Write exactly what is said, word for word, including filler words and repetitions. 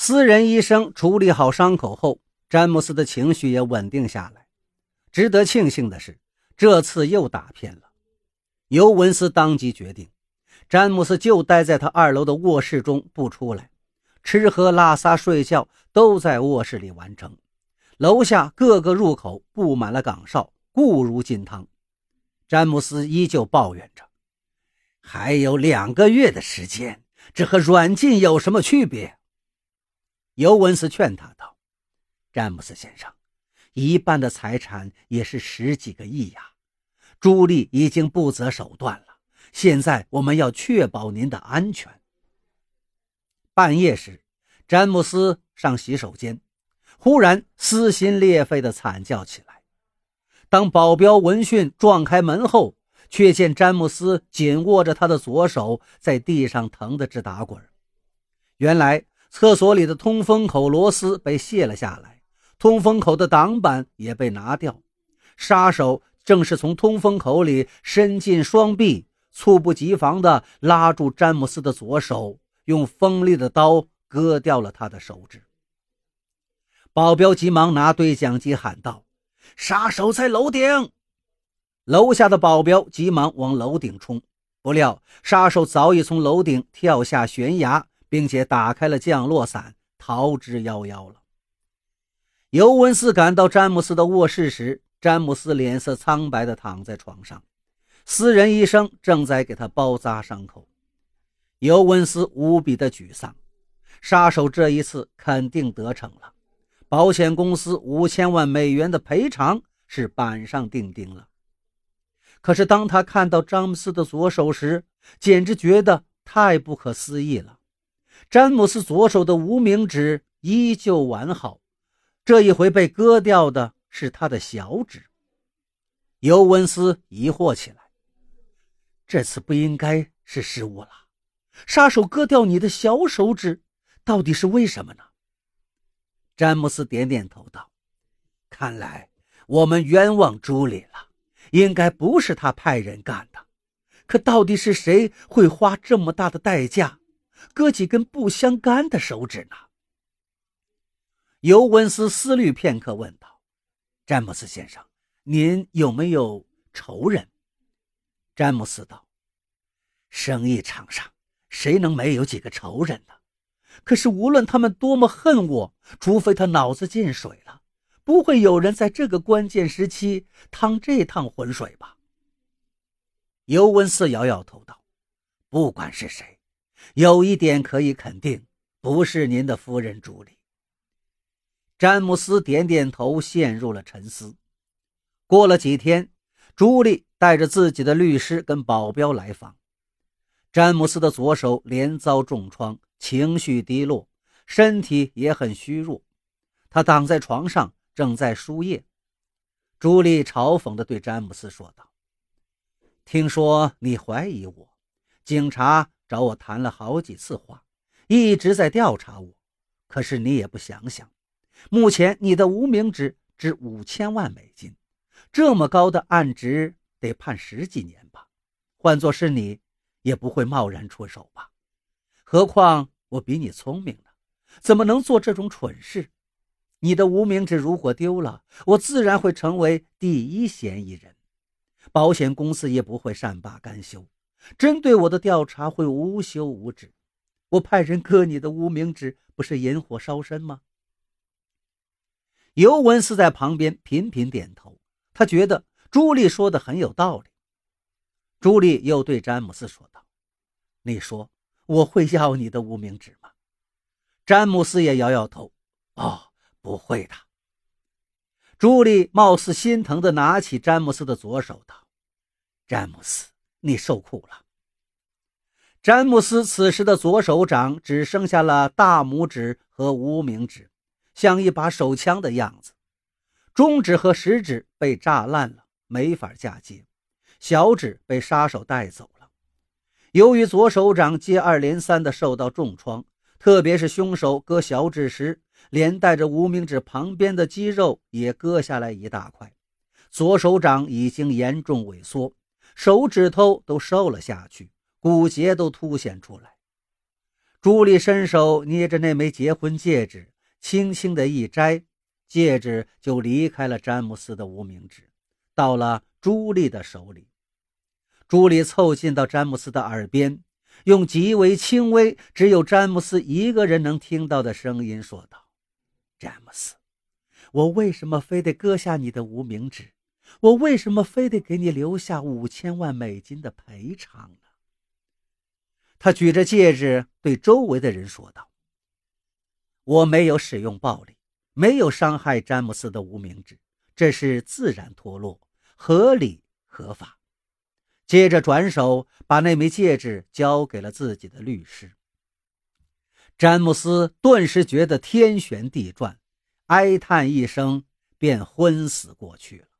私人医生处理好伤口后，詹姆斯的情绪也稳定下来。值得庆幸的是，这次又打偏了。尤文斯当即决定，詹姆斯就待在他二楼的卧室中不出来，吃喝拉撒睡觉都在卧室里完成。楼下各个入口布满了岗哨，固如金汤。詹姆斯依旧抱怨着，还有两个月的时间，这和软禁有什么区别？尤文斯劝他道，詹姆斯先生，一半的财产也是十几个亿呀，朱莉已经不择手段了，现在我们要确保您的安全。半夜时，詹姆斯上洗手间，忽然撕心裂肺地惨叫起来。当保镖闻讯撞开门后，却见詹姆斯紧握着他的左手，在地上疼得直打滚。原来厕所里的通风口螺丝被卸了下来，通风口的挡板也被拿掉，杀手正是从通风口里伸进双臂，猝不及防地拉住詹姆斯的左手，用锋利的刀割掉了他的手指。保镖急忙拿对讲机喊道，杀手在楼顶！楼下的保镖急忙往楼顶冲，不料杀手早已从楼顶跳下悬崖，并且打开了降落伞，逃之夭夭了。尤文斯赶到詹姆斯的卧室时，詹姆斯脸色苍白地躺在床上，私人医生正在给他包扎伤口。尤文斯无比的沮丧，杀手这一次肯定得逞了，保险公司五千万美元的赔偿是板上钉钉了。可是当他看到詹姆斯的左手时，简直觉得太不可思议了。詹姆斯左手的无名指依旧完好，这一回被割掉的是他的小指。尤文斯疑惑起来，这次不应该是失误了，杀手割掉你的小手指，到底是为什么呢？詹姆斯点点头道，看来我们冤枉朱莉了，应该不是他派人干的，可到底是谁会花这么大的代价割几根不相干的手指呢？尤文斯思虑片刻问道，詹姆斯先生，您有没有仇人？詹姆斯道，生意场上谁能没有几个仇人呢？可是无论他们多么恨我，除非他脑子进水了，不会有人在这个关键时期趟这趟浑水吧？尤文斯摇摇头道，不管是谁，有一点可以肯定，不是您的夫人朱莉。詹姆斯点点头，陷入了沉思。过了几天，朱莉带着自己的律师跟保镖来访。詹姆斯的左手连遭重创，情绪低落，身体也很虚弱。他躺在床上，正在输液。朱莉嘲讽地对詹姆斯说道，听说你怀疑我，警察找我谈了好几次话，一直在调查我，可是你也不想想，目前你的无名指值五千万美金，这么高的案值得判十几年吧，换作是你也不会贸然出手吧，何况我比你聪明呢，怎么能做这种蠢事？你的无名指如果丢了，我自然会成为第一嫌疑人，保险公司也不会善罢甘休，针对我的调查会无休无止，我派人割你的无名指，不是引火烧身吗？尤文斯在旁边频频点头，他觉得朱莉说的很有道理。朱莉又对詹姆斯说道，你说我会要你的无名指吗？詹姆斯也摇摇头，哦，不会的。朱莉貌似心疼地拿起詹姆斯的左手道，詹姆斯，你受苦了。詹姆斯此时的左手掌只剩下了大拇指和无名指，像一把手枪的样子，中指和食指被炸烂了，没法嫁接，小指被杀手带走了。由于左手掌接二连三地受到重创，特别是凶手割小指时，连带着无名指旁边的肌肉也割下来一大块，左手掌已经严重萎缩，手指头都瘦了下去，骨节都凸显出来。 朱莉伸手捏着那枚结婚戒指，轻轻的一摘，戒指就离开了詹姆斯的无名指，到了朱莉的手里。朱莉凑近到詹姆斯的耳边，用极为轻微，只有詹姆斯一个人能听到的声音说道：詹姆斯，我为什么非得割下你的无名指？我为什么非得给你留下五千万美金的赔偿呢？他举着戒指对周围的人说道：我没有使用暴力，没有伤害詹姆斯的无名指，这是自然脱落，合理合法。接着转手把那枚戒指交给了自己的律师。詹姆斯顿时觉得天旋地转，哀叹一声便昏死过去了。